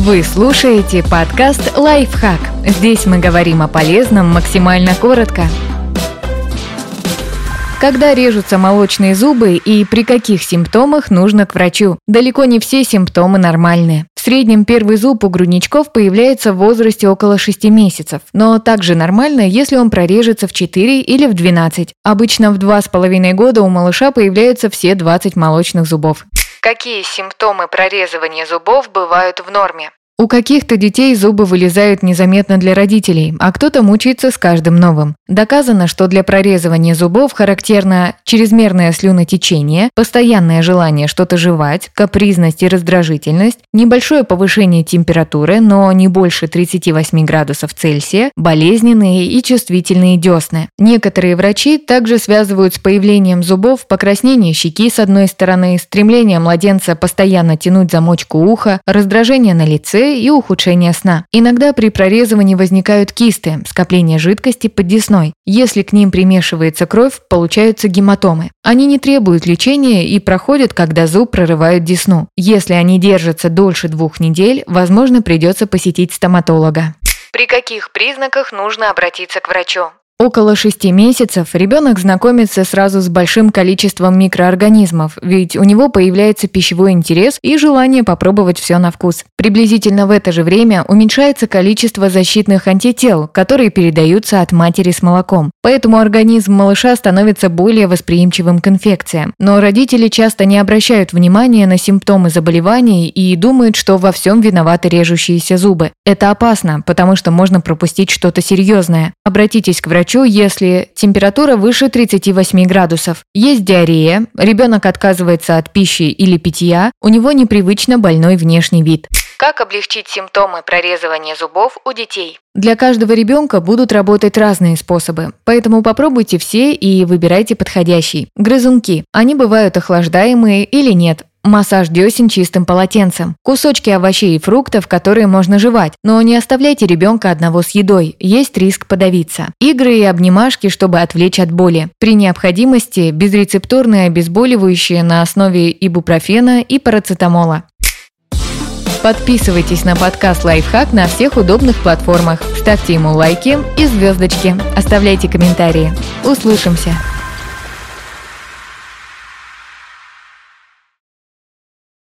Вы слушаете подкаст «Лайфхак». Здесь мы говорим о полезном максимально коротко. Когда режутся молочные зубы и при каких симптомах нужно к врачу? Далеко не все симптомы нормальные. В среднем первый зуб у грудничков появляется в возрасте около 6 месяцев. Но также нормально, если он прорежется в 4 или в 12. Обычно в 2,5 года у малыша появляются все 20 молочных зубов. Какие симптомы прорезывания зубов бывают в норме? У каких-то детей зубы вылезают незаметно для родителей, а кто-то мучается с каждым новым. Доказано, что для прорезывания зубов характерно чрезмерное слюнотечение, постоянное желание что-то жевать, капризность и раздражительность, небольшое повышение температуры, но не больше 38 градусов Цельсия, болезненные и чувствительные десны. Некоторые врачи также связывают с появлением зубов покраснение щеки с одной стороны, стремление младенца постоянно тянуть замочку уха, раздражение на лице и ухудшение сна. Иногда при прорезывании возникают кисты, скопление жидкости под десной. Если к ним примешивается кровь, получаются гематомы. Они не требуют лечения и проходят, когда зуб прорывают десну. Если они держатся дольше 2 недель, возможно, придется посетить стоматолога. При каких признаках нужно обратиться к врачу? Около 6 месяцев ребенок знакомится сразу с большим количеством микроорганизмов, ведь у него появляется пищевой интерес и желание попробовать все на вкус. Приблизительно в это же время уменьшается количество защитных антител, которые передаются от матери с молоком. Поэтому организм малыша становится более восприимчивым к инфекциям. Но родители часто не обращают внимания на симптомы заболеваний и думают, что во всем виноваты режущиеся зубы. Это опасно, потому что можно пропустить что-то серьезное. Обратитесь к врачу, если температура выше 38 градусов, есть диарея, ребенок отказывается от пищи или питья, у него непривычно больной внешний вид. Как облегчить симптомы прорезывания зубов у детей? Для каждого ребенка будут работать разные способы, поэтому попробуйте все и выбирайте подходящий. Грызунки. Они бывают охлаждаемые или нет. Массаж десен чистым полотенцем. Кусочки овощей и фруктов, которые можно жевать. Но не оставляйте ребенка одного с едой, есть риск подавиться. Игры и обнимашки, чтобы отвлечь от боли. При необходимости безрецептурные обезболивающие на основе ибупрофена и парацетамола. Подписывайтесь на подкаст «Лайфхак» на всех удобных платформах. Ставьте ему лайки и звездочки. Оставляйте комментарии. Услышимся!